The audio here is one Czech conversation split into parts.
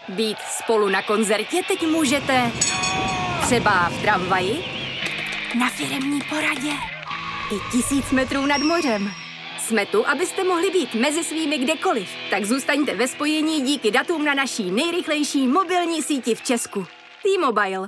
Být spolu na koncertě teď můžete třeba v tramvaji, na firemní poradě i 1000 metrů nad mořem. Jsme tu, abyste mohli být mezi svými kdekoliv. Tak zůstaňte ve spojení díky datům na naší nejrychlejší mobilní síti v Česku. T-Mobile.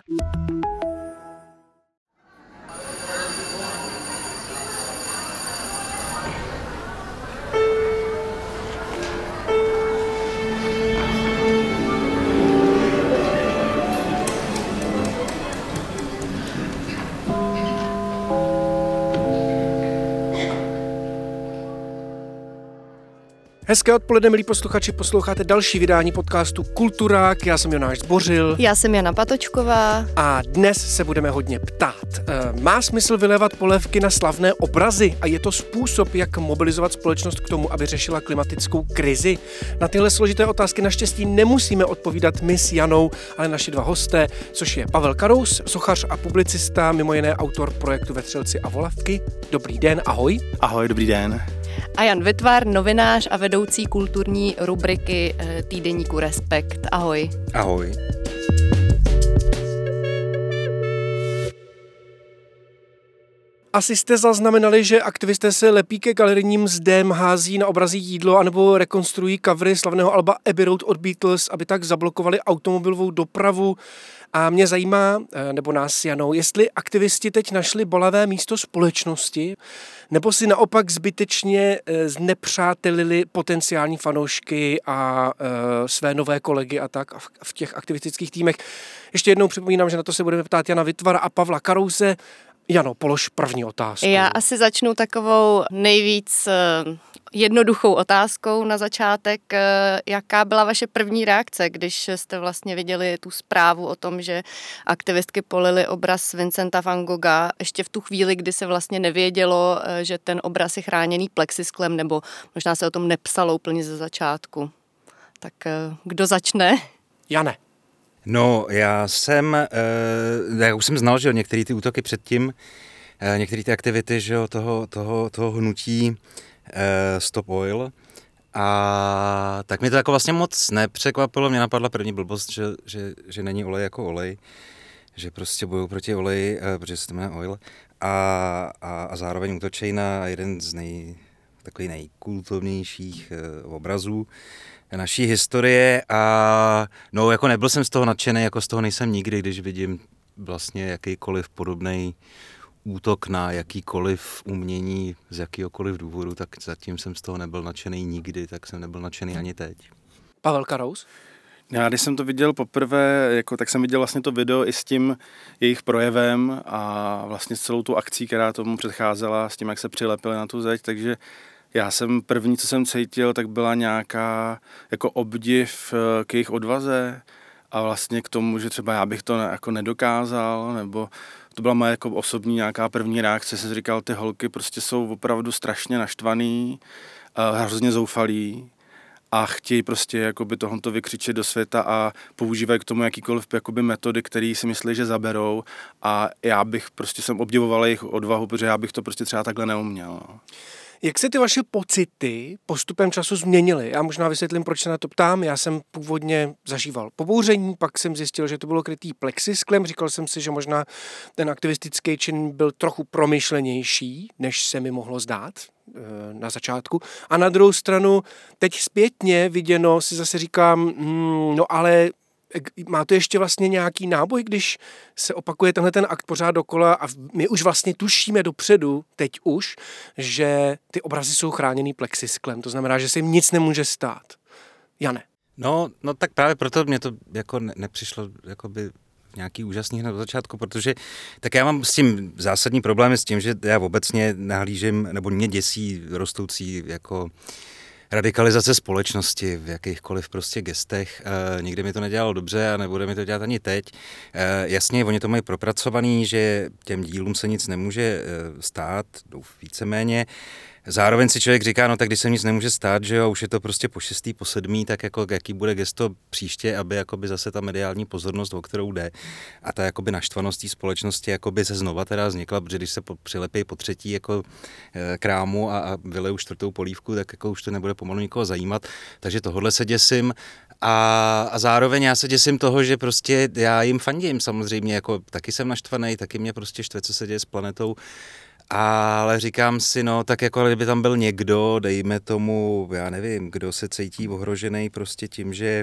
Hezké odpoledne, milí posluchači, posloucháte další vydání podcastu Kulturák. Já jsem Jonáš Zbořil. Já jsem Jana Patočková. A dnes se budeme hodně ptát. Má smysl vylévat polévky na slavné obrazy a je to způsob, jak mobilizovat společnost k tomu, aby řešila klimatickou krizi? Na tyhle složité otázky naštěstí nemusíme odpovídat my s Janou, ale naši dva hosté, což je Pavel Karous, sochař a publicista, mimo jiné autor projektu Vetřelci a volavky. Dobrý den, ahoj. Ahoj, dobrý den. A Jan Vitvar, novinář a vedoucí kulturní rubriky týdeníku Respekt. Ahoj. Ahoj. Asi jste zaznamenali, že aktivisté se lepí ke galerijním mzdem, hází na obrazy jídlo anebo rekonstruují covery slavného alba Abbey Road od Beatles, aby tak zablokovali automobilovou dopravu. A mě zajímá, nebo nás s Janou, jestli aktivisti teď našli bolavé místo společnosti, nebo si naopak zbytečně znepřátelili potenciální fanoušky a své nové kolegy a tak v těch aktivistických týmech. Ještě jednou připomínám, že na to se budeme ptát Jana Vitvara a Pavla Karouse. Jano, polož první otázku. Já asi začnu takovou nejvíc jednoduchou otázkou na začátek. Jaká byla vaše první reakce, když jste vlastně viděli tu zprávu o tom, že aktivistky polily obraz Vincenta van Gogha ještě v tu chvíli, kdy se vlastně nevědělo, že ten obraz je chráněný plexisklem, nebo možná se o tom nepsalo úplně ze začátku. Tak kdo začne? Jane. No, já už jsem znal, že některé ty útoky předtím, některé ty aktivity, že toho hnutí Stop Oil, a tak mě to jako vlastně moc nepřekvapilo, mě napadla první blbost, že není olej jako olej, že prostě bojují proti oleji, protože se to jmenuje Oil, a zároveň útočí na jeden z takových nejkultovnějších obrazů naší historie a no jako nebyl jsem z toho nadšený, jako z toho nejsem nikdy, když vidím vlastně jakýkoliv podobný útok na jakýkoliv umění z jakýhokoliv důvodu, tak zatím jsem z toho nebyl nadšený nikdy, tak jsem nebyl nadšený ani teď. Pavel Karous? Já když jsem to viděl poprvé, tak jsem viděl vlastně to video i s tím jejich projevem a vlastně s celou tu akcí, která tomu předcházela, s tím, jak se přilepili na tu zeď, takže já jsem první, co jsem cítil, tak byla nějaká jako obdiv k jejich odvaze a vlastně k tomu, že třeba já bych to jako nedokázal, nebo to byla moje jako osobní nějaká první reakce, jsem si říkal, ty holky prostě jsou opravdu strašně naštvaný, hrozně zoufalý a chtějí prostě jakoby tohoto vykřičet do světa a používají k tomu jakýkoliv jakoby metody, které si myslí, že zaberou a já bych prostě jsem obdivoval jejich odvahu, protože já bych to prostě třeba takhle neuměl. No. Jak se ty vaše pocity postupem času změnily? Já možná vysvětlím, proč se na to ptám. Já jsem původně zažíval pobouření, pak jsem zjistil, že to bylo krytý plexisklem. Říkal jsem si, že možná ten aktivistický čin byl trochu promyšlenější, než se mi mohlo zdát na začátku. A na druhou stranu, teď zpětně viděno si zase říkám, no ale má to ještě vlastně nějaký náboj, když se opakuje tenhle ten akt pořád dokola a my už vlastně tušíme dopředu, teď už, že ty obrazy jsou chráněný plexisklem. To znamená, že se jim nic nemůže stát. Jane. No tak právě proto mě to jako nepřišlo jakoby nějaký úžasný hned od začátku, protože tak já mám s tím zásadní problémy s tím, že já obecně nahlížím, nebo mě děsí rostoucí jako radikalizace společnosti v jakýchkoliv prostě gestech. Nikdy mi to nedělalo dobře a nebude mi to dělat ani teď. Jasně, oni to mají propracovaný, že těm dílům se nic nemůže stát, víceméně. Zároveň si člověk říká, no tak když se nic nemůže stát, že jo, už je to prostě po 6., po 7., tak jako jaký bude gesto příště, aby jakoby zase ta mediální pozornost, o kterou jde, a ta jakoby naštvanost té společnosti jakoby se znova teda vznikla, protože když se přilepí po 3. jako krámu a vylejou 4. polívku, tak jako už to nebude pomalu nikoho zajímat. Takže tohodle se děsím A zároveň já se děsím toho, že prostě já jim fandím samozřejmě, jako taky jsem naštvaný, taky mě prostě štve, co se děje s planetou. Ale říkám si, no, tak jako kdyby tam byl někdo, dejme tomu, já nevím, kdo se cítí ohrožený prostě tím, že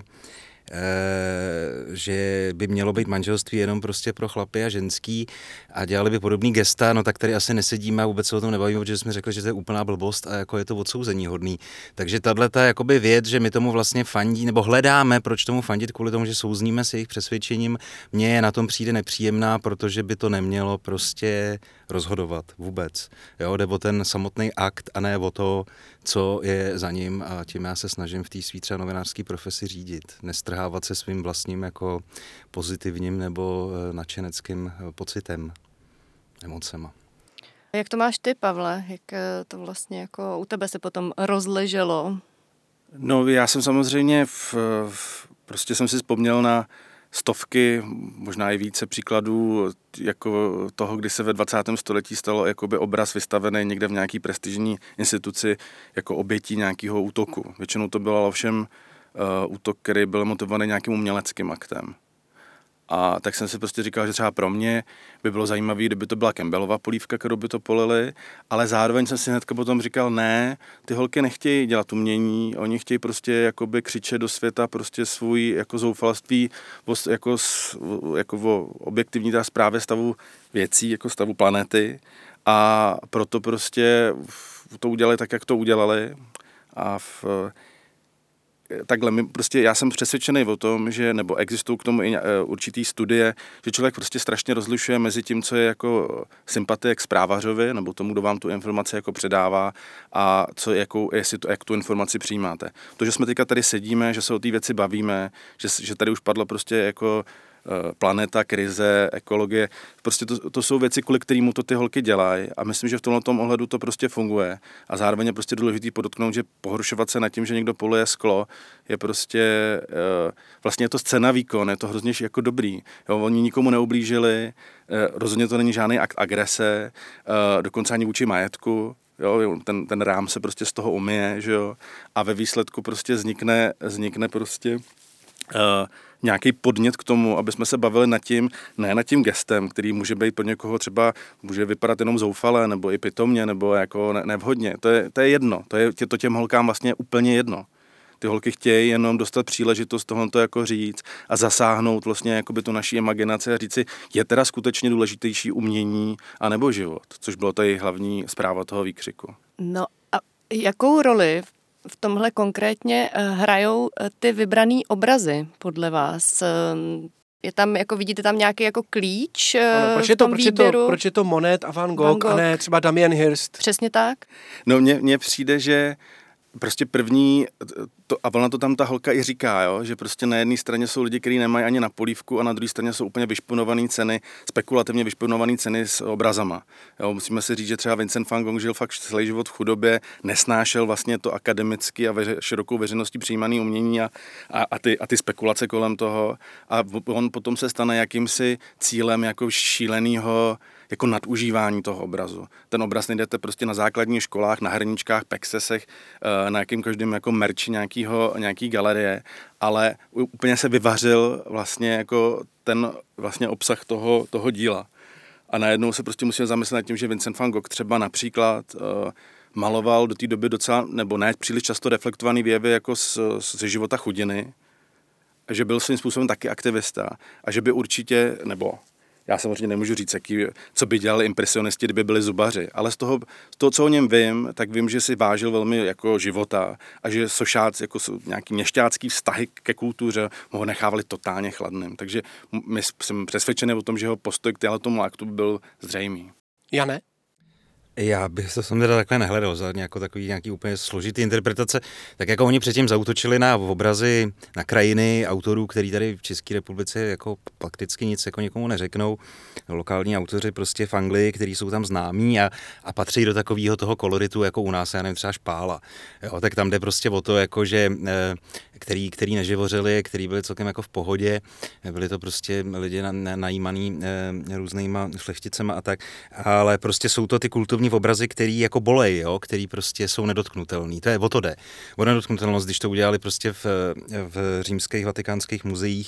by mělo být manželství jenom prostě pro chlapy a ženský a dělali by podobný gesta, no tak tady asi nesedíme a vůbec se o tom nebavíme, protože jsme řekli, že to je úplná blbost a jako je to odsouzení hodný. Takže tato jakoby věc, že my tomu vlastně fandí, nebo hledáme, proč tomu fandit kvůli tomu, že souzníme s jejich přesvědčením, mně na tom přijde nepříjemná, protože by to nemělo prostě rozhodovat vůbec. Jo, jde o ten samotný akt a ne o to, co je za ním a tím já se snažím v té svý třeba novinářské profesi řídit. Nestrhávat se svým vlastním jako pozitivním nebo nadšeneckým pocitem, emocema. Jak to máš ty, Pavle? Jak to vlastně jako u tebe se potom rozleželo? No já jsem samozřejmě prostě jsem si vzpomněl na stovky, možná i více příkladů jako toho, kdy se ve 20. století stalo jakoby obraz vystavený někde v nějaký prestižní instituci jako obětí nějakého útoku. Většinou to byl ovšem útok, který byl motivovaný nějakým uměleckým aktem. A tak jsem si prostě říkal, že třeba pro mě by bylo zajímavé, kdyby to byla Campbellova polívka, kterou by to polili, ale zároveň jsem si hnedka potom říkal, ne, ty holky nechtějí dělat umění, oni chtějí prostě jakoby křičet do světa prostě svůj jako zoufalství jako o objektivní teda zprávě stavu věcí, jako stavu planety a proto prostě to udělali tak, jak to udělali a takhle, já jsem přesvědčený o tom, že, nebo existují k tomu i určitý studie, že člověk prostě strašně rozlišuje mezi tím, co je jako sympatie k zprávařovi, nebo tomu, kdo vám tu informaci jako předává a jak tu informaci přijímáte. To, že jsme teďka tady sedíme, že se o té věci bavíme, že tady už padlo prostě jako planeta, krize, ekologie, prostě to jsou věci, kvůli kterému to ty holky dělají a myslím, že v tomhle ohledu to prostě funguje a zároveň je prostě důležitý podotknout, že pohoršovat se nad tím, že někdo poluje sklo, je prostě vlastně je to scéna výkon, je to hrozně jako dobrý. Jo, oni nikomu neublížili, rozhodně to není žádný akt agrese, dokonce ani vůči majetku. Jo, ten rám se prostě z toho umyje, že jo, a ve výsledku prostě vznikne prostě nějaký podnět k tomu, aby jsme se bavili nad tím gestem, který může být pro někoho třeba, může vypadat jenom zoufale, nebo i pitomně, nebo jako nevhodně. To je jedno, to těm holkám vlastně úplně jedno. Ty holky chtějí jenom dostat příležitost tohoto jako říct a zasáhnout vlastně jakoby tu naší imaginaci a říct si, je teda skutečně důležitější umění anebo život, což bylo ta hlavní zpráva toho výkřiku. No a jakou roli v tomhle konkrétně hrajou ty vybraný obrazy podle vás? Je tam, jako vidíte tam nějaký jako klíč v tom výběru? Proč je to Monet a Van Gogh a ne třeba Damien Hirst? Přesně tak. No mně přijde, že prostě první, a ona to tam ta holka i říká, jo, že prostě na jedné straně jsou lidi, kteří nemají ani na polívku a na druhé straně jsou úplně vyšponované ceny, spekulativně vyšponované ceny s obrazama. Jo, musíme si říct, že třeba Vincent van Gogh žil fakt celý život v chudobě, nesnášel vlastně to akademicky a širokou veřejností přijímané umění a ty spekulace kolem toho a on potom se stane jakýmsi cílem jako šílenýho jako nadužívání toho obrazu. Ten obraz najdete prostě na základních školách, na hrníčkách, pexesech, na jakým každém jako merči nějaký galerie, ale úplně se vyvařil vlastně jako ten vlastně obsah toho díla. A najednou se prostě musíme zamyslet nad tím, že Vincent van Gogh třeba například maloval do té doby docela, nebo ne příliš často reflektovaný věvy jako ze života chudiny, a že byl svým způsobem taky aktivista a že by určitě, nebo já samozřejmě nemůžu říct, co by dělali impresionisti, kdyby byli zubaři, ale z toho, co o něm vím, tak vím, že si vážil velmi jako života a že sošáci, jako nějaký měšťácký vztahy ke kultuře ho nechávali totálně chladným. Takže jsem přesvědčený o tom, že jeho postoj k tomu aktu byl zřejmý. Jane? Já bych to samozřejmě takhle nehledal za nějaký úplně složitý interpretace. Tak jako oni předtím zaútočili na obrazy, na krajiny autorů, který tady v České republice jako prakticky nic jako někomu neřeknou. Lokální autoři prostě v Anglii, kteří jsou tam známí a patří do takového toho koloritu jako u nás, já nevím, třeba Špála. Jo, tak tam jde prostě o to, jako, že který neživořili, který byli celkem jako v pohodě, byli to prostě lidi najímaný různýma šlechticema a tak, ale prostě jsou to ty kulturní duchovní obrazy, který jako bolej, jo, který prostě jsou nedotknutelný. To je o to jde. O nedotknutelnost, když to udělali prostě v římských vatikánských muzeích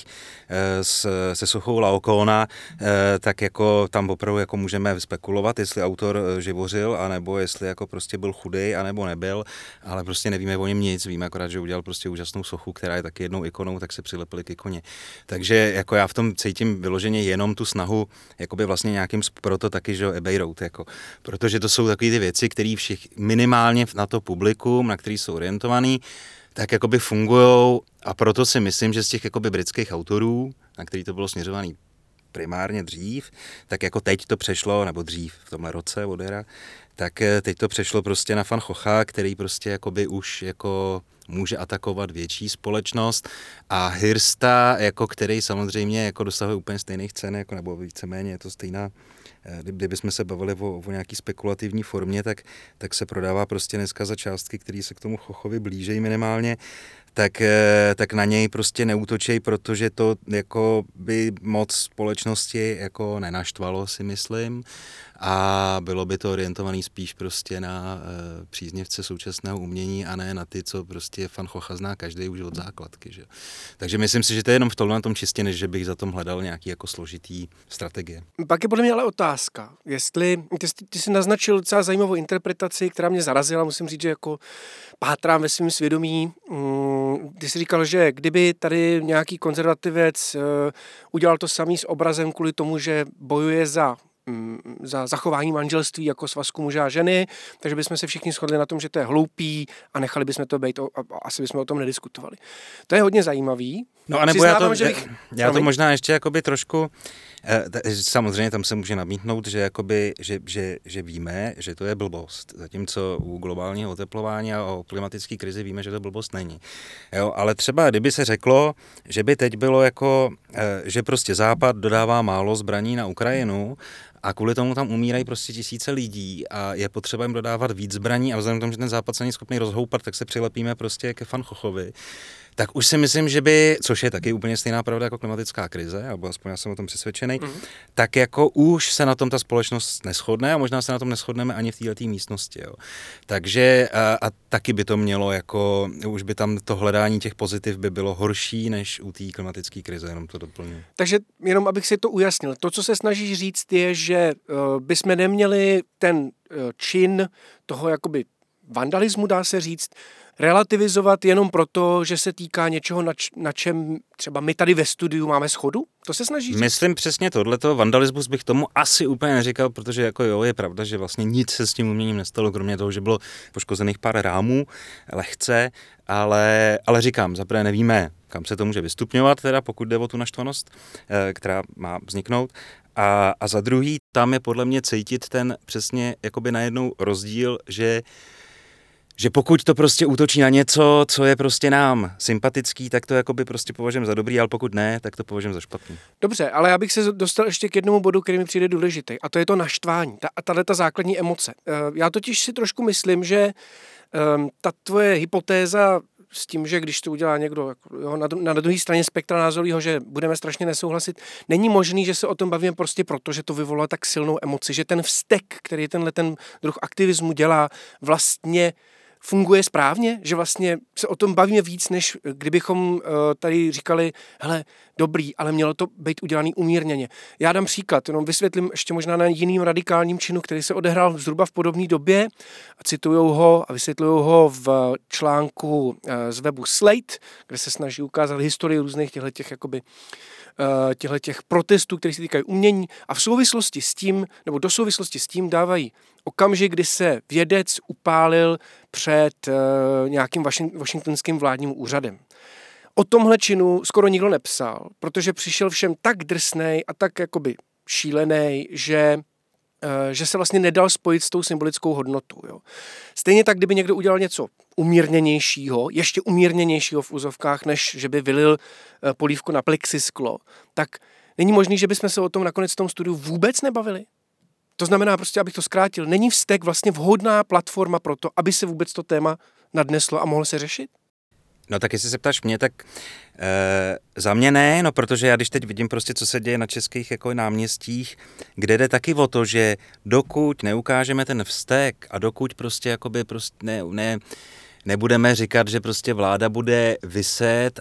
se sochou Laokoona, tak jako tam opravdu jako můžeme spekulovat, jestli autor živořil, anebo jestli jako prostě byl chudej, anebo nebyl, ale prostě nevíme o něm nic, víme akorát, že udělal prostě úžasnou sochu, která je taky jednou ikonou, tak se přilepili k ikoně. Takže jako já v tom cítím vyloženě jenom tu snahu, jakoby vlastně nějakým, proto taky, že Abbey Road, jako, protože to jsou takové ty věci, které minimálně na to publikum, na který jsou orientovaný, tak jakoby fungujou a proto si myslím, že z těch jakoby britských autorů, na který to bylo směřovaný primárně dřív, tak jako teď to přešlo, nebo dřív v tomhle roce od Era, tak teď to přešlo prostě na Van Gogha, který prostě jakoby už jako může atakovat větší společnost a Hirsta, jako který samozřejmě jako dosahuje úplně stejných cen, jako, nebo víceméně je to stejná, kdybychom se bavili o nějaký spekulativní formě, tak se prodává prostě dneska za částky, které se k tomu Chochovi blížejí minimálně, tak na něj prostě neútočej, protože to jako by moc společnosti jako nenaštvalo, si myslím. A bylo by to orientovaný spíš prostě na příznivce současného umění a ne na ty, co prostě Van Gogha zná každý už od základky. Že? Takže myslím si, že to je jenom v tomhle tom čistě, než že bych za tom hledal nějaký jako složitý strategie. Pak je podle mě ale otázka, jestli ty jsi naznačil docela zajímavou interpretaci, která mě zarazila, musím říct, že jako pátrám ve svém svědomí. Ty jsi říkal, že kdyby tady nějaký konzervativec udělal to samý s obrazem kvůli tomu, že bojuje za zachování manželství jako svazku muže a ženy, takže bychom se všichni shodli na tom, že to je hloupý a nechali bychom to být, asi bychom o tom nediskutovali. To je hodně zajímavý. No a nebo já to možná ještě jakoby trošku, samozřejmě tam se může namítnout, že, jakoby, že víme, že to je blbost, zatímco u globálního oteplování a o klimatické krizi víme, že to blbost není. Jo, ale třeba kdyby se řeklo, že by teď bylo jako, že prostě Západ dodává málo zbraní na Ukrajinu a kvůli tomu tam umírají prostě tisíce lidí a je potřeba jim dodávat víc zbraní a vzhledem k tomu, že ten Západ se není schopný rozhoupat, tak se přilepíme prostě ke Van Goghovi. Tak už si myslím, že by, což je taky úplně stejná pravda jako klimatická krize, nebo aspoň já jsem o tom přesvědčený, tak jako už se na tom ta společnost neshodne a možná se na tom neshodneme ani v této místnosti. Jo. Takže a taky by to mělo jako, už by tam to hledání těch pozitiv by bylo horší než u té klimatické krize, jenom to doplňuji. Takže jenom abych si to ujasnil, to, co se snažíš říct, je, že bychom neměli ten čin toho jakoby vandalismu, dá se říct, relativizovat jenom proto, že se týká něčeho, na čem třeba my tady ve studiu máme shodu? To se snaží říct? Myslím přesně tohleto. Vandalismus bych tomu asi úplně neříkal, protože jako jo, je pravda, že vlastně nic se s tím uměním nestalo, kromě toho, že bylo poškozených pár rámů, lehce, ale říkám, zaprvé nevíme, kam se to může vystupňovat, teda pokud jde o tu naštvanost, která má vzniknout. A za druhý, tam je podle mě cítit ten přesně jakoby najednou rozdíl, že pokud to prostě útočí na něco, co je prostě nám sympatický, tak to jakoby prostě považujeme za dobrý, ale pokud ne, tak to považujeme za špatný. Dobře, ale já bych se dostal ještě k jednomu bodu, který mi přijde důležitý, a to je to naštvání, ta základní emoce. Já totiž si trošku myslím, že ta tvoje hypotéza s tím, že když to udělá někdo jo, na druhé straně spektra názorového, že budeme strašně nesouhlasit, není možný, že se o tom bavíme prostě proto, že to vyvolá tak silnou emoci, že ten vztek, který ten druh aktivismu dělá, vlastně funguje správně, že vlastně se o tom bavíme víc, než kdybychom tady říkali, hele, dobrý, ale mělo to být udělaný umírněně. Já dám příklad, jenom vysvětlím ještě možná na jiným radikálním činu, který se odehrál zhruba v podobné době a citujou ho a vysvětlují ho v článku z webu Slate, kde se snaží ukázat historii různých těchto protestů, které se týkají umění a v souvislosti s tím, nebo do souvislosti s tím dávají okamžik, kdy se vědec upálil před nějakým washingtonským vládním úřadem. O tomhle činu skoro nikdo nepsal, protože přišel všem tak drsnej a tak jakoby šílenej, že se vlastně nedal spojit s tou symbolickou hodnotou. Jo. Stejně tak, kdyby někdo udělal něco umírněnějšího, ještě umírněnějšího v úzovkách, než že by vylil polívku na plexisklo, tak není možný, že bychom se o tom nakonec v tom studiu vůbec nebavili. To znamená prostě, abych to zkrátil, není vztek vlastně vhodná platforma pro to, aby se vůbec to téma nadneslo a mohlo se řešit? No tak jestli se ptáš mě, tak za mě ne, no protože já když teď vidím prostě, co se děje na českých jako náměstích, kde jde taky o to, že dokud neukážeme ten vztek a dokud prostě jakoby prostě nebudeme říkat, že prostě vláda bude viset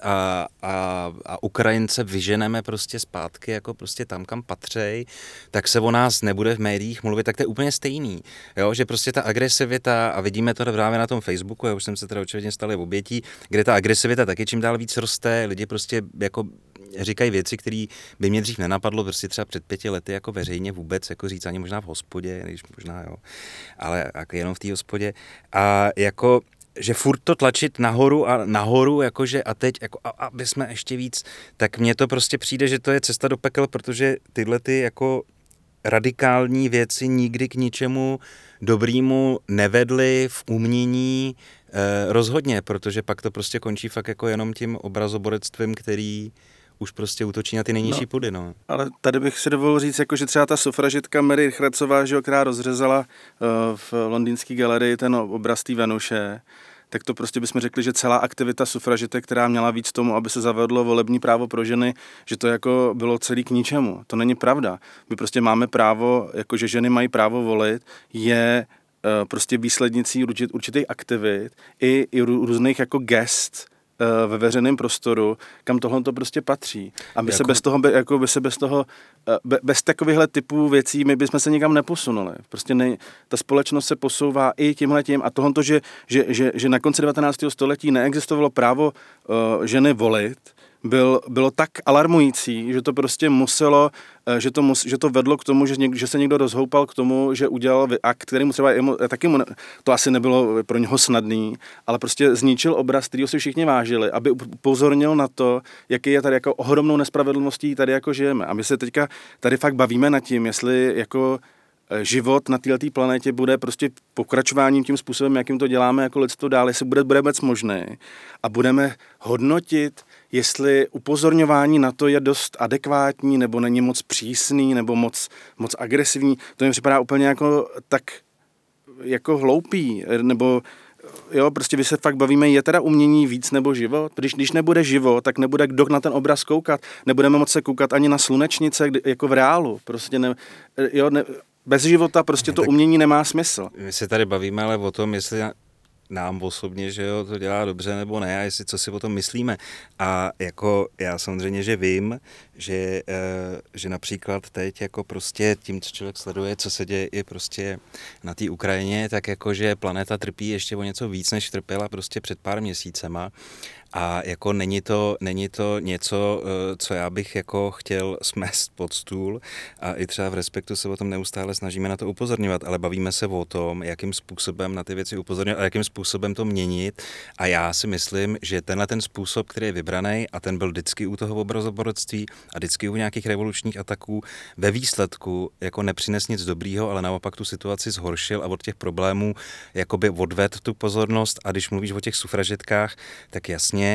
a Ukrajince vyženeme prostě zpátky jako prostě tam, kam patřej, tak se o nás nebude v médiích mluvit, tak to je úplně stejný. Jo? Že prostě ta agresivita, a vidíme to právě na tom Facebooku, já už jsem se teda očividně stali v obětí, kde ta agresivita taky čím dál víc roste, lidi prostě jako říkají věci, které by mě dřív nenapadlo, prostě třeba před 5 lety jako veřejně vůbec jako říct, ani možná v hospodě, když možná jo, ale jako jenom v té hospodě. A jako že furt to tlačit nahoru a nahoru, jakože a teď, jako aby jsme ještě víc, tak mně to prostě přijde, že to je cesta do pekel, protože tyhle ty jako radikální věci nikdy k ničemu dobrýmu nevedly v umění rozhodně, protože pak to prostě končí fakt jako jenom tím obrazoborectvím, který už prostě útočí na ty nejnižší pudy, no. Ale tady bych si dovolil říct, jako, že třeba ta sufražitka Mary Richardsová, že, která rozřezala v londýnské galerii ten obraz té Venuše, tak to prostě bychom řekli, že celá aktivita sufražitek, která měla víc tomu, aby se zavedlo volební právo pro ženy, že to jako bylo celý k ničemu. To není pravda. My prostě máme právo, jako že ženy mají právo volit, je prostě výslednicí určitých aktivit i různých jako gest ve veřejném prostoru, kam tohle to prostě patří. A my se bez toho, bez takovýchhle typů věcí, my bychom se nikam neposunuli. Prostě ta společnost se posouvá i tímhletím a tohle, že na konci 19. století neexistovalo právo ženy volit, bylo tak alarmující, že to prostě muselo, že to vedlo k tomu, že se někdo rozhoupal k tomu, že udělal akt, který mu třeba to asi nebylo pro něho snadný, ale prostě zničil obraz, kterýho si všichni vážili, aby upozornil na to, jaký je tady jako ohromnou nespravedlností tady jako žijeme. A my se teďka tady fakt bavíme nad tím, jestli jako život na této planetě bude prostě pokračováním tím způsobem, jakým to děláme jako lidstvo dál, jestli bude vůbec možné a budeme hodnotit, jestli upozorňování na to je dost adekvátní, nebo není moc přísný, nebo moc agresivní. To mi připadá úplně jako tak jako hloupý, nebo jo, prostě vy se fakt bavíme, je teda umění víc nebo život? Když nebude život, tak nebude kdo na ten obraz koukat. Nebudeme moci se koukat ani na slunečnice, jako v reálu. Prostě bez života prostě to umění nemá smysl. My se tady bavíme ale o tom, jestli nám osobně, že jo, to dělá dobře nebo ne a jestli co si o tom myslíme. A jako já samozřejmě, že vím, že například teď jako prostě tím, co člověk sleduje, co se děje i prostě na té Ukrajině, tak jako, že planeta trpí ještě o něco víc, než trpěla prostě před pár měsícema. A jako není to něco, co já bych jako chtěl smést pod stůl a i třeba v Respektu se o tom neustále snažíme na to upozorňovat, ale bavíme se o tom, jakým způsobem na ty věci upozorňovat a jakým způsobem to měnit a já si myslím, že tenhle ten způsob, který je vybraný a ten byl vždycky u toho obrazoborectví a vždycky u nějakých revolučních ataků, ve výsledku jako nepřines nic dobrýho, ale naopak tu situaci zhoršil a od těch problémů jakoby odved tu pozornost a když mluvíš o těch sufražetkách, tak jasně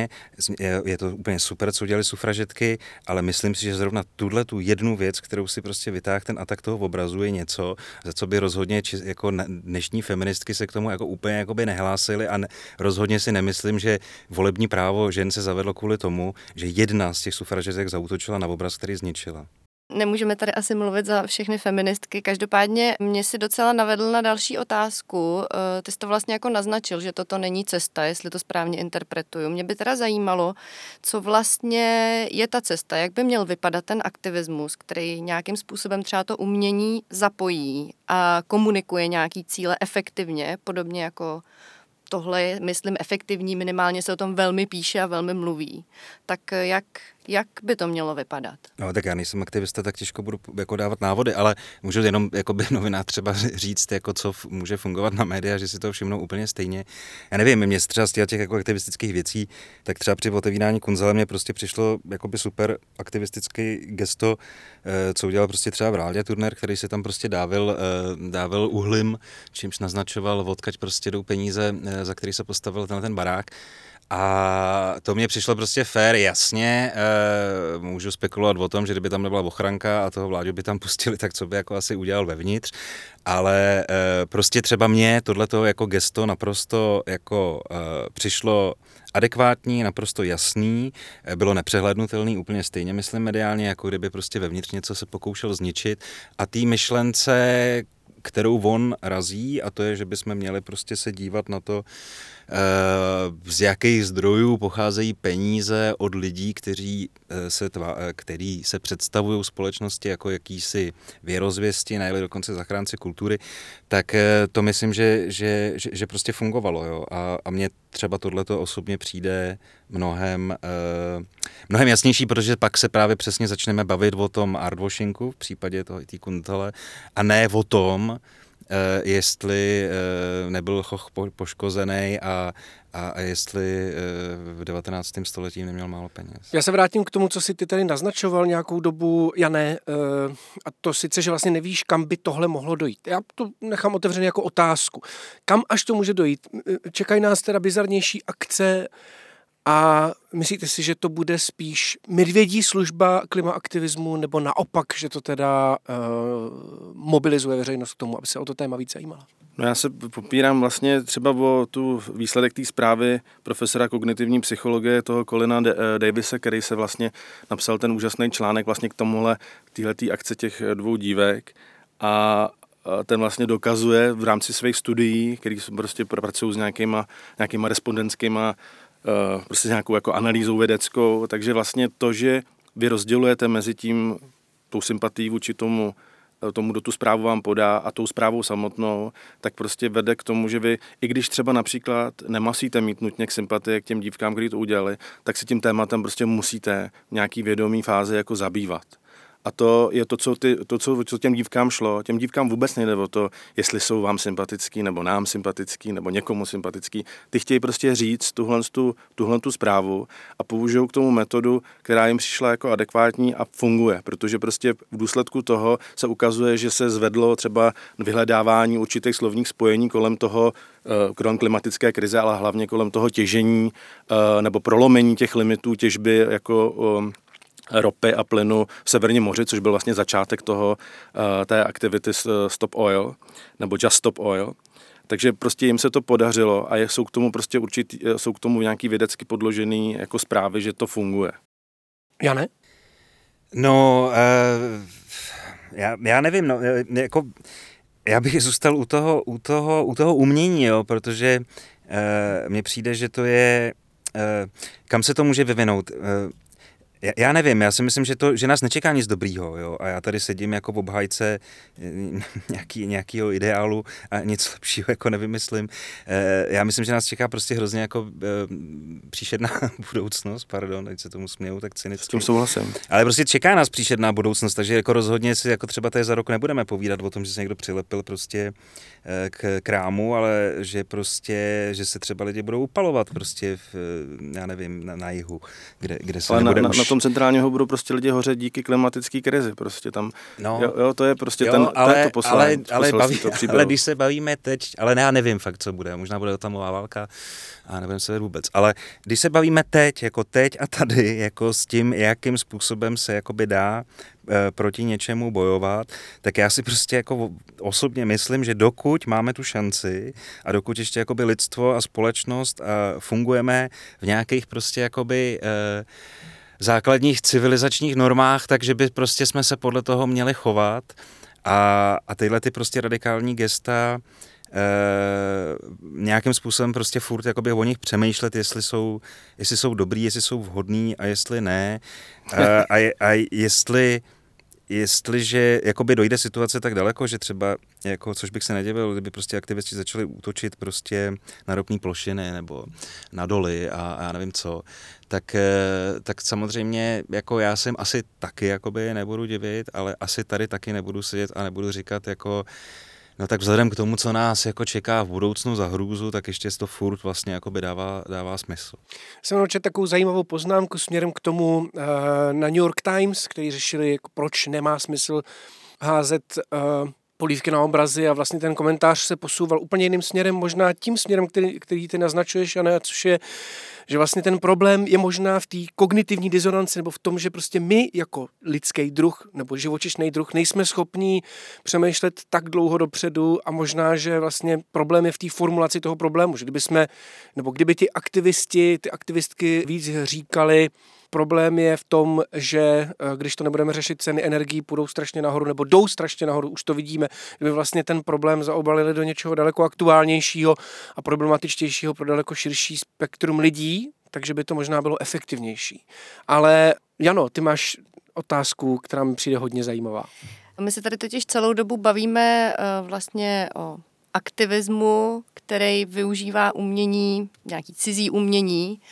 je to úplně super, co udělali sufražetky, ale myslím si, že zrovna tu jednu věc, kterou si prostě vytáhl ten atak toho obrazu, je něco, za co by rozhodně jako dnešní feministky se k tomu jako úplně jakoby nehlásily a rozhodně si nemyslím, že volební právo žen se zavedlo kvůli tomu, že jedna z těch sufražetek zaútočila na obraz, který zničila. Nemůžeme tady asi mluvit za všechny feministky. Každopádně mě si docela navedl na další otázku. Ty jsi to vlastně jako naznačil, že toto není cesta, jestli to správně interpretuju. Mě by teda zajímalo, co vlastně je ta cesta, jak by měl vypadat ten aktivismus, který nějakým způsobem třeba to umění zapojí a komunikuje nějaký cíle efektivně, podobně jako tohle je, myslím, efektivní, minimálně se o tom velmi píše a velmi mluví. Tak jak by to mělo vypadat? No tak já nejsem aktivista, tak těžko budu jako dávat návody, ale můžu jenom jakoby novinář třeba říct, jako co může fungovat na média, že si to všimnou úplně stejně. Já nevím, mě třeba z těch jako aktivistických věcí, tak třeba při otevírání Kunzele mě prostě přišlo jakoby super aktivistický gesto, co udělal prostě třeba Vrálďa Turner, který se tam prostě dávil uhlim, čímž naznačoval, odkud prostě jdou peníze, za který se postavil ten barák. A to mě přišlo prostě fair, jasně, můžu spekulovat o tom, že kdyby tam nebyla ochranka a toho Vláďu by tam pustili, tak co by jako asi udělal vevnitř, ale prostě třeba mně tohleto jako gesto naprosto jako přišlo adekvátní, naprosto jasný, bylo nepřehlednutelný úplně stejně, myslím mediálně, jako kdyby prostě vevnitř něco se pokoušel zničit a té myšlence, kterou on razí, a to je, že bychom měli prostě se dívat na to, z jakých zdrojů pocházejí peníze od lidí, kteří se představují společnosti jako jakýsi věrozvěsti, nejli dokonce zachránci kultury, tak to myslím, že prostě fungovalo. Jo? A mně třeba tohleto osobně přijde mnohem jasnější, protože pak se právě přesně začneme bavit o tom artwashingu v případě toho té Kuntele a ne o tom, jestli nebyl Choch poškozený a jestli v 19. století neměl málo peněz. Já se vrátím k tomu, co si ty tady naznačoval nějakou dobu, Jane, a to sice, že vlastně nevíš, kam by tohle mohlo dojít. Já to nechám otevřený jako otázku. Kam až to může dojít? Čekají nás teda bizarnější akce a myslíte si, že to bude spíš medvědí služba klimaaktivismu, nebo naopak, že to teda mobilizuje veřejnost k tomu, aby se o to téma víc zajímala? No já se popírám vlastně třeba o tu výsledek té zprávy profesora kognitivní psychologie toho Colina Davise, který se vlastně napsal ten úžasný článek vlastně k tomuhle, k téhletý akce těch 2 dívek a ten vlastně dokazuje v rámci svých studií, který prostě pracují s nějakýma respondentskýma prostě s nějakou jako analýzou vědeckou, takže vlastně to, že vy rozdělujete mezi tím tou sympatií vůči tomu, kdo tu zprávu vám podá a tou zprávou samotnou, tak prostě vede k tomu, že vy, i když třeba například nemusíte mít nutně k sympatie k těm dívkám, kteří to udělali, tak si tím tématem prostě musíte v nějaký vědomý fázi jako zabývat. A to je co těm dívkám šlo. Těm dívkám vůbec nejde o to, jestli jsou vám sympatický, nebo nám sympatický, nebo někomu sympatický. Ty chtějí prostě říct tuhle zprávu a použijou k tomu metodu, která jim přišla jako adekvátní a funguje, protože prostě v důsledku toho se ukazuje, že se zvedlo třeba vyhledávání určitých slovních spojení kolem toho, kolem klimatické krize, ale hlavně kolem toho těžení nebo prolomení těch limitů těžby jako ropy a plynu v Severním moři, což byl vlastně začátek té aktivity Stop Oil, nebo Just Stop Oil. Takže prostě jim se to podařilo a jsou k tomu prostě jsou k tomu nějaký vědecky podložený jako zprávy, že to funguje. Jane? No, já nevím, no, jako já bych zůstal u toho umění, jo, protože mně přijde, že to je, kam se to může vyvinout. Já nevím, já si myslím, že nás nečeká nic dobrýho, jo, a já tady sedím jako v obhájce nějakého ideálu a nic lepšího jako nevymyslím. Já myslím, že nás čeká prostě hrozně jako příšerná budoucnost, pardon, teď se tomu směju tak cynicky. S tím souhlasím. Ale prostě čeká nás příšerná budoucnost, takže jako rozhodně si jako třeba tady za rok nebudeme povídat o tom, že se někdo přilepil prostě k krámu, ale že prostě, že se třeba lidi budou upalovat prostě já nevím, na jihu, kde se nebude už... Na tom centrálního budou prostě lidi hořet díky klimatické krizi, prostě tam, no, jo, to je prostě jo, to je to poslání. Ale když se bavíme teď, ale já nevím fakt, co bude, možná bude atomová válka a nevím se vůbec, ale když se bavíme teď, jako teď a tady, jako s tím, jakým způsobem se jakoby dá proti něčemu bojovat, tak já si prostě jako osobně myslím, že dokud máme tu šanci a dokud ještě jakoby lidstvo a společnost fungujeme v nějakých prostě jakoby základních civilizačních normách, takže by prostě jsme se podle toho měli chovat a tyhle ty prostě radikální gesta nějakým způsobem prostě furt jakoby o nich přemýšlet, jestli jsou dobrý, jestli jsou vhodný a jestli ne a jestliže jakoby dojde situace tak daleko, že třeba, jako, což bych se nedivil, kdyby prostě aktivisti začali útočit prostě na ropné plošiny nebo na doly a já nevím co, tak samozřejmě jako já jsem asi taky jakoby nebudu divit, ale asi tady taky nebudu sedět a nebudu říkat jako no tak vzhledem k tomu, co nás jako čeká v budoucnu za hrůzu, tak ještě to furt vlastně jakoby dává smysl. Jsem načetl takovou zajímavou poznámku směrem k tomu na New York Times, který řešili, jako proč nemá smysl házet polívky na obrazy a vlastně ten komentář se posouval úplně jiným směrem, možná tím směrem, který ty naznačuješ, Jane, což je, Že vlastně ten problém je možná v té kognitivní disonanci nebo v tom, že prostě my jako lidský druh nebo živočišný druh nejsme schopní přemýšlet tak dlouho dopředu a možná, že vlastně problém je v té formulaci toho problému, že kdyby ti aktivisti, ty aktivistky víc říkali, problém je v tom, že když to nebudeme řešit, ceny energií půjdou strašně nahoru nebo jdou strašně nahoru, už to vidíme, kdyby vlastně ten problém zaobalili do něčeho daleko aktuálnějšího a problematičtějšího pro daleko širší spektrum lidí, takže by to možná bylo efektivnější. Ale Jano, ty máš otázku, která mi přijde hodně zajímavá. My se tady totiž celou dobu bavíme vlastně o aktivismu, který využívá umění, nějaký cizí umění.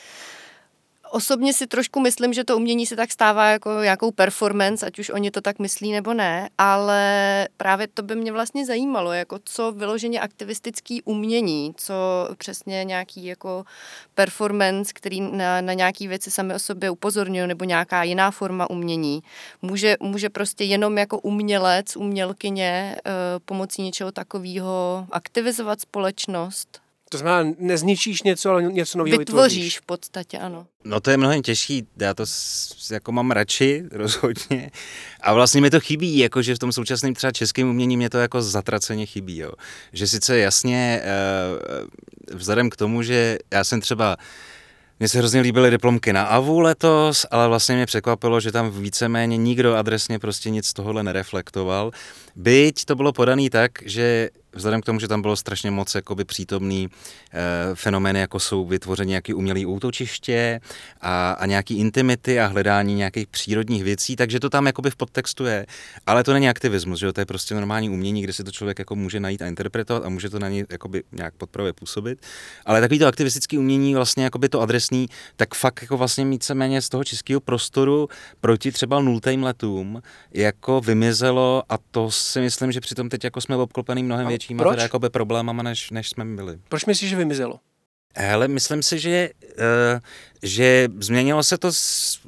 Osobně si trošku myslím, že to umění se tak stává jako nějakou performance, ať už oni to tak myslí nebo ne, ale právě to by mě vlastně zajímalo, jako co vyloženě aktivistický umění, co přesně nějaký jako performance, který na nějaký věci sami o sobě upozorňují, nebo nějaká jiná forma umění. Může prostě jenom jako umělec, umělkyně pomocí něčeho takového aktivizovat společnost. To znamená, nezničíš něco, ale něco nového vytvoříš v podstatě, ano. No to je mnohem těžší, já to jako mám radši, rozhodně. A vlastně mi to chybí, jakože v tom současném třeba českém umění mě to jako zatraceně chybí, jo. Že sice jasně vzhledem k tomu, že já jsem třeba mně se hrozně líbily diplomky na AVU letos, ale vlastně mě překvapilo, že tam víceméně nikdo adresně prostě nic z tohohle nereflektoval. Byť to bylo podaný tak, že vzhledem k tomu, že tam bylo strašně moc jakoby přítomný fenomény, jako jsou vytvoření nějaký umělý útočiště a nějaký intimity a hledání nějakých přírodních věcí, takže to tam jakoby v podtextu je. Ale to není aktivismus, že jo? To je prostě normální umění, kde si to člověk jako může najít a interpretovat a může to na něj jakoby nějak podpravě působit. Ale takový to aktivistický umění, vlastně jakoby to adresný, tak fakt jako vlastně víceméně z toho českého prostoru proti třeba 0. letům jako vymizelo a to si myslím, že přitom teď jako jsme obklopený mnohem většíma teda jakoby problémama, než jsme byli. Proč myslíš, že vymizelo? Hele, myslím si, že změnilo se to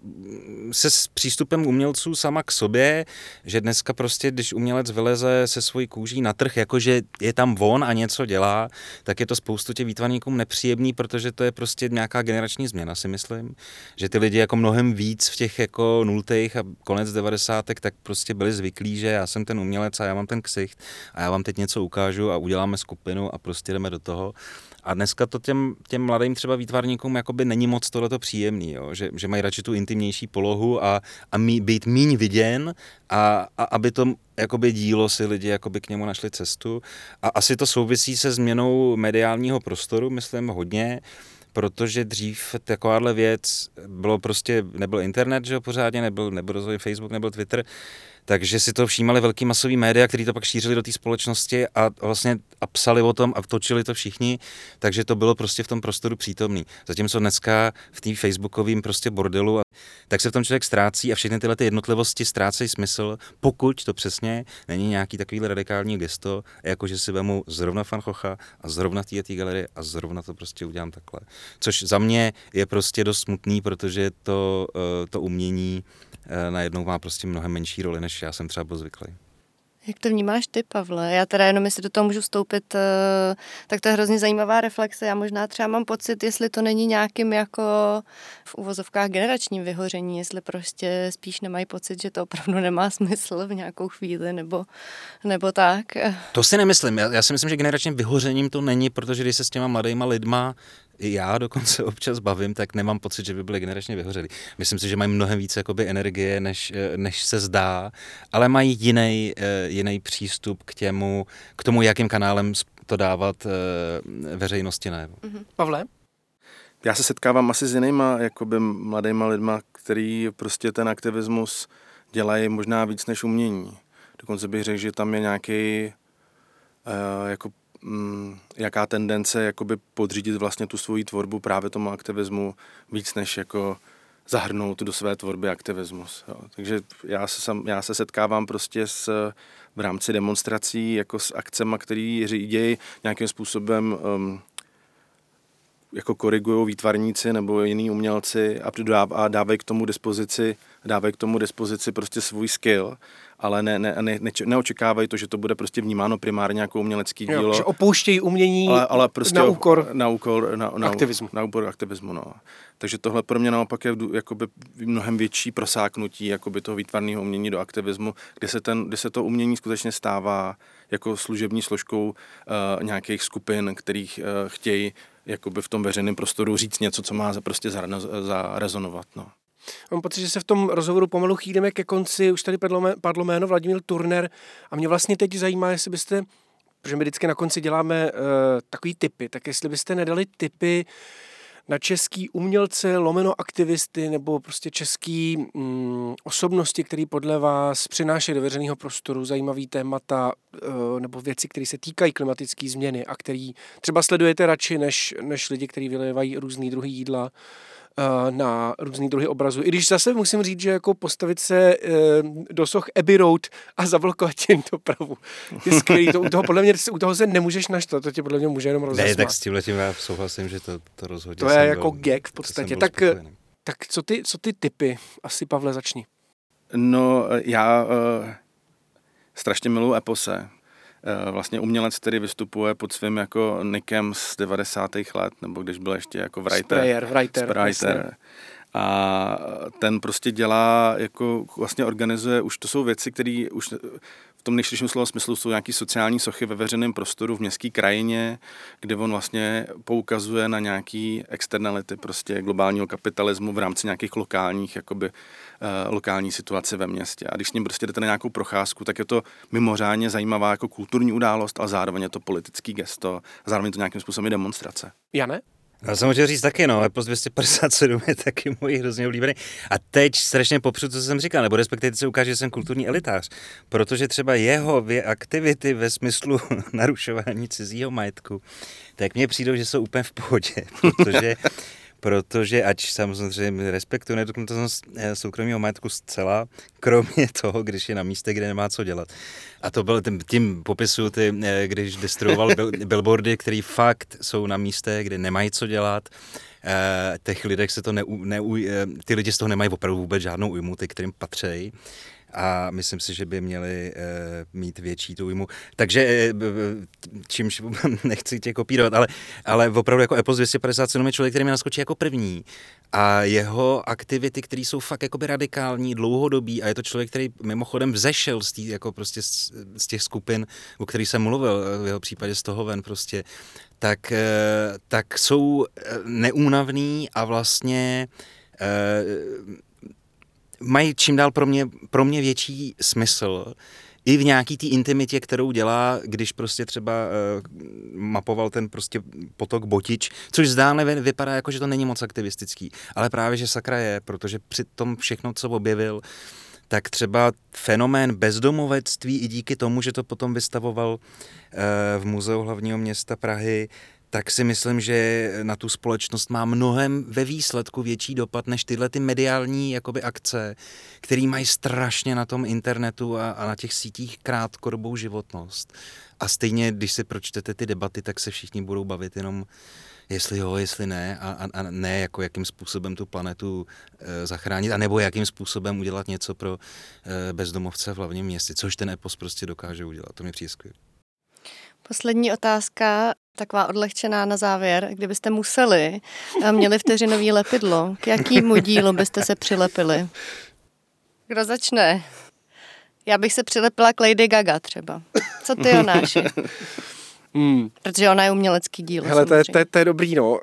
se s přístupem umělců sama k sobě, že dneska prostě, když umělec vyleze se svojí kůží na trh, jakože je tam von a něco dělá, tak je to spoustu těch výtvarníkům nepříjemný, protože to je prostě nějaká generační změna, si myslím. Že ty lidi jako mnohem víc v těch jako 0. a konec 90. tak prostě byli zvyklí, že já jsem ten umělec a já mám ten ksicht a já vám teď něco ukážu a uděláme skupinu a prostě jdeme do toho. A dneska to těm mladým třeba výtvarníkům jakoby není moc tohleto příjemný, jo? Že mají radši tu intimnější polohu a být míň viděn a aby to jakoby dílo si lidi jakoby k němu našli cestu. A asi to souvisí se změnou mediálního prostoru, myslím hodně, protože dřív takováhle věc nebyl internet, že jo, pořádně, nebyl rozvoj Facebook, nebyl Twitter, takže si to všímali velký masový média, který to pak šířili do té společnosti a vlastně psali o tom a točili to všichni, takže to bylo prostě v tom prostoru přítomný. Zatímco dneska v té facebookovém prostě bordelu, tak se v tom člověk ztrácí a všechny tyhle ty jednotlivosti ztrácejí smysl, pokud to přesně není nějaký takovýhle radikální gesto, jako že si vemu zrovna Van Gogha a zrovna té galerie a zrovna to prostě udělám takhle. Což za mě je prostě dost smutný, protože to umění najednou má prostě mnohem menší roli, než já jsem třeba byl zvyklý. Jak to vnímáš ty, Pavle? Já teda jenom, jestli do toho můžu vstoupit, tak to je hrozně zajímavá reflexe. Já možná třeba mám pocit, jestli to není nějakým jako v uvozovkách generačním vyhoření, jestli prostě spíš nemají pocit, že to opravdu nemá smysl v nějakou chvíli, nebo tak. To si nemyslím. Já si myslím, že generačním vyhořením to není, protože když se s těma mladýma lidma já dokonce občas bavím, tak nemám pocit, že by byli generačně vyhořeli. Myslím si, že mají mnohem více jakoby energie, než se zdá, ale mají jiný přístup k tomu, jakým kanálem to dávat veřejnosti najevo. Pavle? Já se setkávám asi s jinýma jakoby mladýma lidma, který prostě ten aktivismus dělají možná víc než umění. Dokonce bych řekl, že tam je nějaký jaká tendence jakoby podřídit vlastně tu svoji tvorbu právě tomu aktivismu víc než jako zahrnout do své tvorby aktivismus. Jo. Takže já se setkávám prostě v rámci demonstrací jako s akcemi, které řídějí nějakým způsobem jako korigují výtvarníci nebo jiní umělci a dávají k tomu dispozici prostě svůj skill, ale neočekávají to, že to bude prostě vnímáno primárně jako umělecký dílo. Jo, že opouštějí umění ale prostě na úkor aktivismu. Na úkor aktivismu, no. Takže tohle pro mě naopak je jakoby mnohem větší prosáknutí jakoby toho výtvarného umění do aktivismu, kde se to umění skutečně stává jako služební složkou nějakých skupin, kterých chtějí jakoby v tom veřejném prostoru říct něco, co má prostě zarezonovat, no. Mám pocit, že se v tom rozhovoru pomalu chýlíme ke konci, už tady padlo jméno Vladimír Turner a mě vlastně teď zajímá, jestli byste, protože my vždycky na konci děláme takový tipy, tak jestli byste nedali tipy na český umělce, lomeno aktivisty nebo prostě český osobnosti, který podle vás přinášejí do veřejného prostoru zajímavý témata nebo věci, které se týkají klimatické změny a který třeba sledujete radši než lidi, kteří vylévají různý druhy jídla na různý druhy obrazů. I když zase musím říct, že jako postavit se do soch Abbey Road a zablokovat tím dopravu. Je skvělý. U toho se nemůžeš naštvat, to tě podle mě může jenom rozesmát. Ne, tak s tímhletím já souhlasím, že to rozhodně. To je jako gag v podstatě. Tak co ty tipy? Asi Pavle začni. No, já strašně miluji epose. Vlastně umělec, který vystupuje pod svým jako nickem z 90. let, nebo když byl ještě jako writer. A ten prostě dělá, jako vlastně organizuje, už to jsou věci, které už v tom nejširším slova smyslu jsou nějaký sociální sochy ve veřejném prostoru v městské krajině, kde on vlastně poukazuje na nějaký externality prostě globálního kapitalismu v rámci nějakých lokálních, jakoby lokální situace ve městě. A když s ním prostě jdete na nějakou procházku, tak je to mimořádně zajímavá jako kulturní událost, ale zároveň je to politický gesto a zároveň je to nějakým způsobem i demonstrace. Jane? Já jsem chtěl říct taky, no, Epos 257 je taky můj hrozně oblíbený. A teď strašně popřu, co jsem říkal, nebo respektive se ukáže, že jsem kulturní elitář, protože třeba jeho aktivity ve smyslu narušování cizího majetku, tak mně přijdou, že jsou úplně v pohodě, protože ač samozřejmě respektuju nedotknutelnost soukromého majetku zcela, kromě toho, když je na místě, kde nemá co dělat. A to byl tím popisu, když destruoval billboardy, které fakt jsou na místě, kde nemají co dělat. Těch lidech se to ty lidi z toho nemají opravdu vůbec žádnou újmu, ty, kterým patří. A myslím si, že by měli mít větší tu újmu. Takže čímž nechci tě kopírovat, ale opravdu jako Epos 257 je člověk, který mi naskočí jako první. A jeho aktivity, které jsou fakt jakoby radikální, dlouhodobý, a je to člověk, který mimochodem vzešel z těch skupin, o kterých jsem mluvil, v jeho případě z toho ven prostě, tak jsou neúnavný a vlastně mají čím dál pro mě větší smysl i v nějaký té intimitě, kterou dělá, když prostě třeba mapoval ten prostě potok Botič, což zdánlivě vypadá jako, že to není moc aktivistický, ale právě, že sakra je, protože při tom všechno, co objevil, tak třeba fenomén bezdomovectví i díky tomu, že to potom vystavoval v Muzeu hlavního města Prahy, tak si myslím, že na tu společnost má mnohem ve výsledku větší dopad než tyhle ty mediální jakoby akce, které mají strašně na tom internetu a na těch sítích krátkodobou životnost. A stejně, když si pročtete ty debaty, tak se všichni budou bavit jenom jestli jo, jestli ne a ne jako jakým způsobem tu planetu zachránit, anebo jakým způsobem udělat něco pro bezdomovce v hlavním městě, což ten Epos prostě dokáže udělat. To mi přijde skvělé. Poslední otázka, taková odlehčená na závěr. Kdybyste museli a měli vteřinový lepidlo, k jakému dílu byste se přilepili? Kdo začne? Já bych se přilepila k Lady Gaga třeba. Co ty, Jonáši? Protože ona je umělecký dílo. Hele, to je dobrý, no.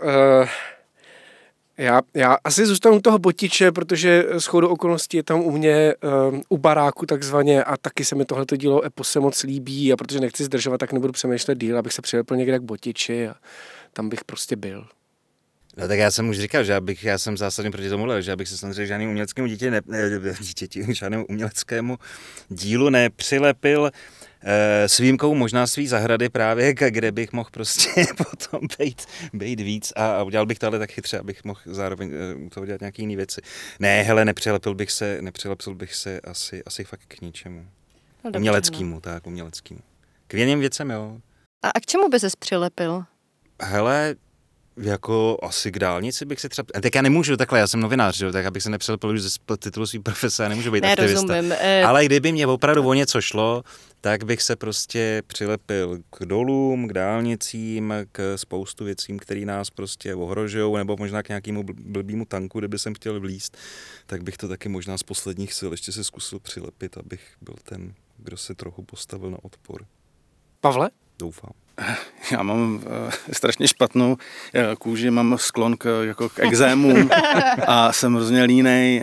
Já asi zůstanu u toho Botiče, protože shodou okolností je tam u mě u baráku takzvaně a taky se mi tohleto dílo Epose moc líbí a protože nechci zdržovat, tak nebudu přemýšlet díl, abych se přilepil někde k Botiči a tam bych prostě byl. No tak já jsem už říkal, že já jsem zásadně proti tomu, že abych se samozřejmě žádnému uměleckému žádnému uměleckému dílu nepřilepil, s výjimkou možná svý zahrady právě, kde bych mohl prostě potom být víc a udělal bych to ale tak chytře, abych mohl zároveň toho dělat nějaké jiné věci. Ne, hele, nepřilepil bych se asi fakt k ničemu. No, uměleckému. K jiným věcem, jo. A k čemu by ses přilepil? Hele, jako asi k dálnici bych si třeba... Tak já nemůžu takhle, já jsem novinář, že jo, tak abych se nepřilepil už ze titulu svý profese, já nemůžu být aktivista. Ale kdyby mě opravdu o něco šlo, tak bych se prostě přilepil k dolům, k dálnicím, k spoustu věcím, které nás prostě ohrožujou, nebo možná k nějakému blbýmu tanku, kdyby jsem chtěl vlízt, tak bych to taky možná z posledních sil ještě se zkusil přilepit, abych byl ten, kdo se trochu postavil na odpor. Pavle? Doufám. Já mám strašně špatnou kůži, mám sklon k exémům a jsem hrozně línej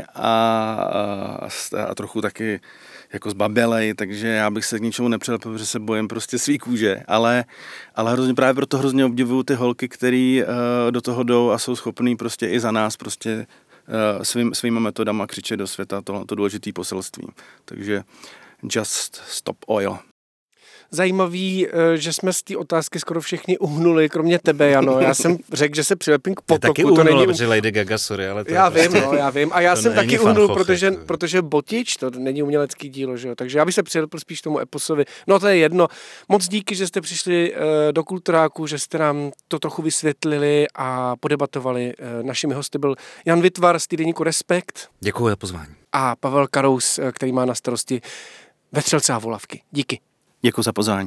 a trochu taky jako zbabělej, takže já bych se k ničemu nepřilepil, protože se bojím prostě svý kůže, ale právě proto hrozně obdivuju ty holky, který do toho jdou a jsou schopný prostě i za nás prostě svýma metodama křičet do světa to důležitý poselství. Takže just stop oil. Zajímavý, že jsme z té otázky skoro všichni uhnuli, kromě tebe, Jano. Já jsem řekl, že se přilepím k potopu. Taky uhnul, protože Lady Gaga, sorry, ale to já vím. A já jsem taky uhnul, protože Botič, to není umělecký dílo, že jo. Takže já bych se přilepil spíš tomu eposovi. No to je jedno. Moc díky, že jste přišli do Kulturáku, že jste nám to trochu vysvětlili a podebatovali. Našimi hosty byl Jan Witvar z týdeníku Respekt. Děkuji za pozvání. A Pavel Karous, který má na starosti Vetřelce a volavky. Díky. Děkuji za pozvání.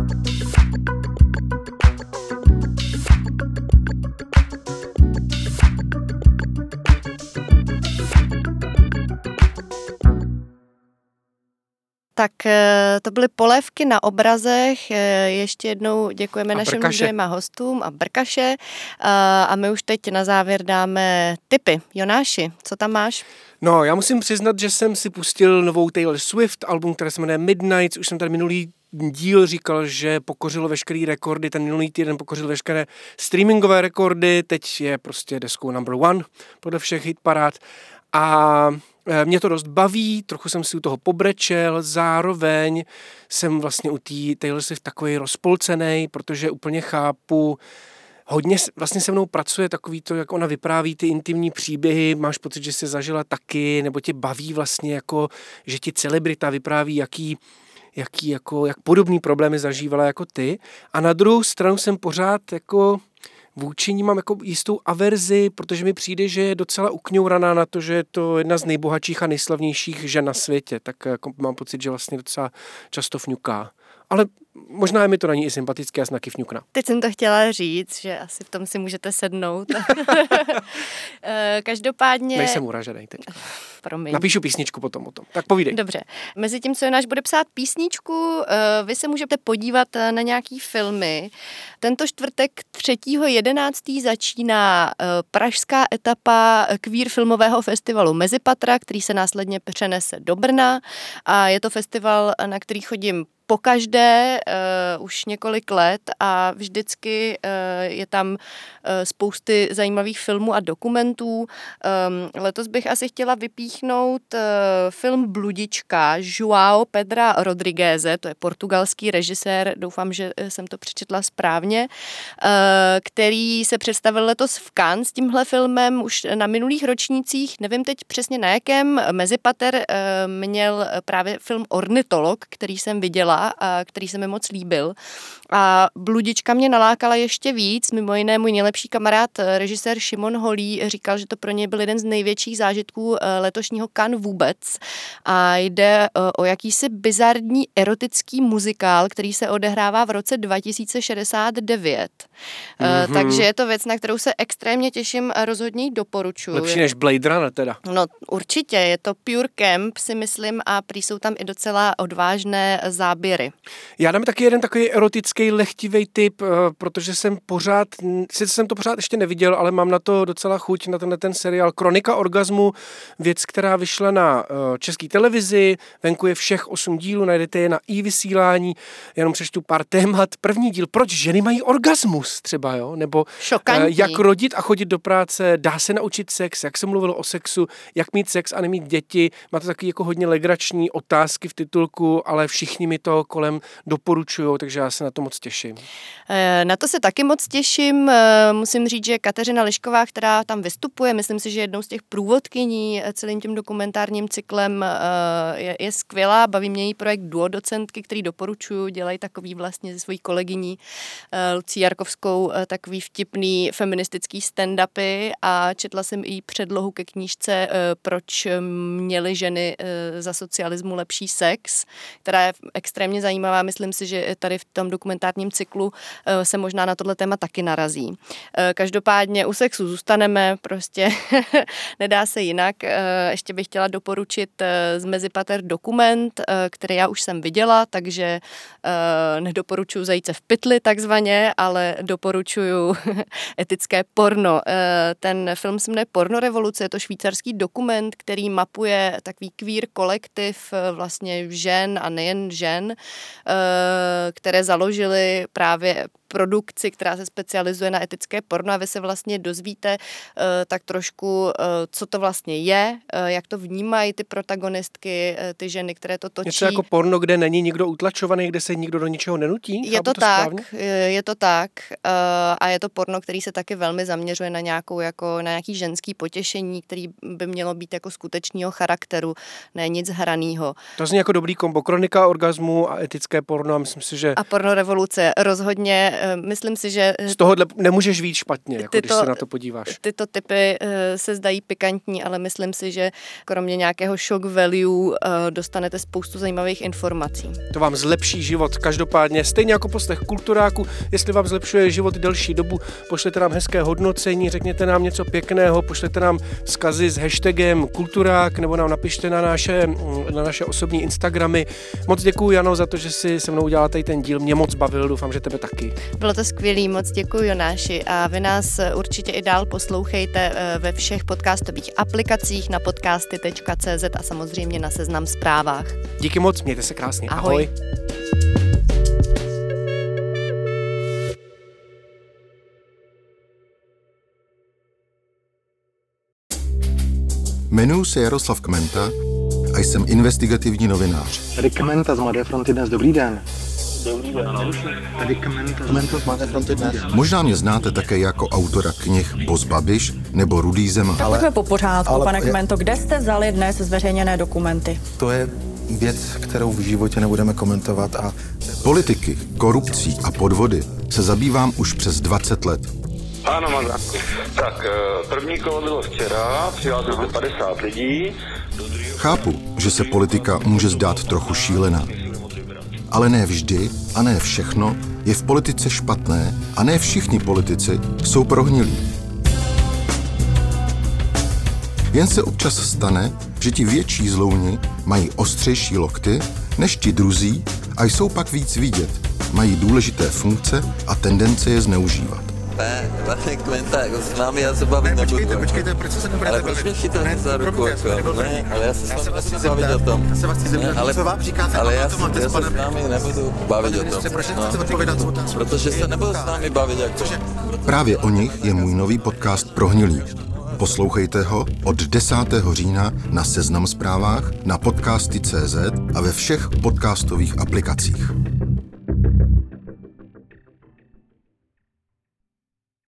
Tak to byly polévky na obrazech. Ještě jednou děkujeme našim dvěma hostům a Brkaše. A my už teď na závěr dáme tipy. Jonáši, co tam máš? No, já musím přiznat, že jsem si pustil novou Taylor Swift, album, které se jmenuje Midnights. Už jsem tady minulý díl říkal, že pokořilo veškeré rekordy, ten minulý týden pokořil veškeré streamingové rekordy, teď je prostě deskou number one podle všech hitparád. A mě to dost baví, trochu jsem si u toho pobrečel, zároveň jsem vlastně u té Taylor Swift takový rozpolcenej, protože úplně chápu, hodně vlastně se mnou pracuje takový to, jak ona vypráví ty intimní příběhy, máš pocit, že jsi zažila taky, nebo tě baví vlastně jako, že ti celebrita vypráví, jak podobný problémy zažívala jako ty. A na druhou stranu jsem pořád jako vůči ní mám jako jistou averzi, protože mi přijde, že je docela ukňouraná na to, že je to jedna z nejbohatších a nejslavnějších žen na světě, tak jako mám pocit, že vlastně docela často fňuká. Ale možná je mi to na ní i sympatické a snaky fňukna. Teď jsem to chtěla říct, že asi v tom si můžete sednout. Každopádně... Nejsem uražený teď. Promiň. Napíšu písničku potom o tom. Tak povídej. Dobře. Mezitím, co Jonáš bude psát písničku, vy se můžete podívat na nějaký filmy. Tento čtvrtek 3.11. začíná pražská etapa queer filmového festivalu Mezipatra, který se následně přenese do Brna. A je to festival, na který chodím pokaždé už několik let a vždycky je tam spousty zajímavých filmů a dokumentů. Letos bych asi chtěla vypíchnout film Bludička João Pedra Rodrigueze, to je portugalský režisér, doufám, že jsem to přečetla správně, který se představil letos v Cannes s tímhle filmem už na minulých ročnících, nevím teď přesně na jakém. Mezipater měl právě film Ornitolog, který jsem viděla a který se mi moc líbil. A Bludička mě nalákala ještě víc, mimo jiné můj nejlepší kamarád, režisér Šimon Holý, říkal, že to pro něj byl jeden z největších zážitků letošního Cannes vůbec. A jde o jakýsi bizarní erotický muzikál, který se odehrává v roce 2069. Takže je to věc, na kterou se extrémně těším a rozhodně ji doporučuji. Lepší než Blade Runner teda. No určitě, je to pure camp, si myslím, a prý jsou tam i docela odvážné záběry. Já dám taky jeden takový erotický lehtivý tip, protože jsem to pořád ještě neviděl, ale mám na to docela chuť, na ten seriál Kronika orgazmu, věc, která vyšla na české televizi, venku je všech 8 dílů, najdete je na i-vysílání, jenom přečtu pár témat. První díl, proč ženy mají orgasmus třeba, jo? Nebo jak rodit a chodit do práce, dá se naučit sex, jak se mluvilo o sexu, jak mít sex a nemít děti, má to taky jako hodně legrační otázky v titulku, ale všichni mi to kolem doporučují doporučují, takže já se na to moc těším. Na to se taky moc těším. Musím říct, že Kateřina Lišková, která tam vystupuje, myslím si, že jednou z těch průvodkyní celým tím dokumentárním cyklem je skvělá. Baví mě její projekt Duodocentky, který doporučuju. Dělají takový vlastně se svojí kolegyní Lucí Jarkovskou takový vtipný feministický stand-upy a četla jsem i předlohu ke knížce Proč měly ženy za socialismu lepší sex, která je extrémně zajímavá. Myslím si, že tady v tom dokumentárním cyklu se možná na tohle téma taky narazí. Každopádně u sexu zůstaneme, prostě nedá se jinak. Ještě bych chtěla doporučit z Mezipater dokument, který já už jsem viděla, takže nedoporučuji Zajíce v pytli takzvaně, ale doporučuju etické porno. Ten film se jmenuje Pornorevoluce, je to švýcarský dokument, který mapuje takový queer kolektiv vlastně žen a nejen žen, které založily právě produkci, která se specializuje na etické porno a vy se vlastně dozvíte tak trošku, co to vlastně je, jak to vnímají ty protagonistky, ty ženy, které to točí. Něco jako porno, kde není nikdo utlačovaný, kde se nikdo do ničeho nenutí? Je to tak a je to porno, který se taky velmi zaměřuje na nějaký ženský potěšení, který by mělo být jako skutečného charakteru, ne nic hranýho. To zní jako dobrý kombo, kronika orgazmu a etické porno a myslím si, že... A pornorevoluce rozhodně. Myslím si, že... Z tohohle nemůžeš víc špatně, jako když se na to podíváš. Tyto typy se zdají pikantní, ale myslím si, že kromě nějakého shock value dostanete spoustu zajímavých informací. To vám zlepší život. Každopádně, stejně jako poslech Kulturáku, jestli vám zlepšuje život delší dobu, pošlete nám hezké hodnocení, řekněte nám něco pěkného, pošlete nám vzkazy s hashtagem Kulturák, nebo nám napište na naše osobní Instagramy. Moc děkuju, Jano, za to, že si se mnou udělala tady ten díl. Mě moc bavil, doufám, že tebe taky. Bylo to skvělý, moc děkuji, Jonáši, a vy nás určitě i dál poslouchejte ve všech podcastových aplikacích na podcasty.cz a samozřejmě na Seznam Zprávách. Díky moc, mějte se krásně. Ahoj. Jmenuji se Jaroslav Kmenta a jsem investigativní novinář. Tady Kmenta z Mladé fronty dnes, dobrý den. Dobrý den. Tady Kmenta z Mladé fronty dnes. Možná mě znáte také jako autora knih Boss Babiš nebo Rudý Zeman. Tak pojďme po pořádku, pane Kmento. Kde jste vzali dnes zveřejněné dokumenty? To je věc, kterou v životě nebudeme komentovat. A Politiky, korupcí a podvody se zabývám už přes 20 let. Ano, Mazanku. Tak, první kolo bylo včera, přihlásilo se 50 lidí. Chápu, že se politika může zdát trochu šílená. Ale ne vždy a ne všechno je v politice špatné a ne všichni politici jsou prohnilí. Jen se občas stane, že ti větší zlouni mají ostřejší lokty než ti druzí a jsou pak víc vidět, mají důležité funkce a tendence je zneužívat. Pane Kmenta, jako s vámi já se bavit nebudu. Počkejte, proč se nebudete bavit? Ale proč mě chytáte za ruku? Ne, ale já se s vámi nechci bavit o tom. Já se vás chci zeptat, co vám říkáte? Ale já se s vámi nebudu bavit o tom. Proč nechcete odpovědat tu otázku? Protože se nebudu s vámi bavit jako. Právě o nich je můj nový podcast Prohnilí. Poslouchejte ho od 10. října na Seznam Zprávách, na podcasty.cz a ve všech podcastových aplikacích.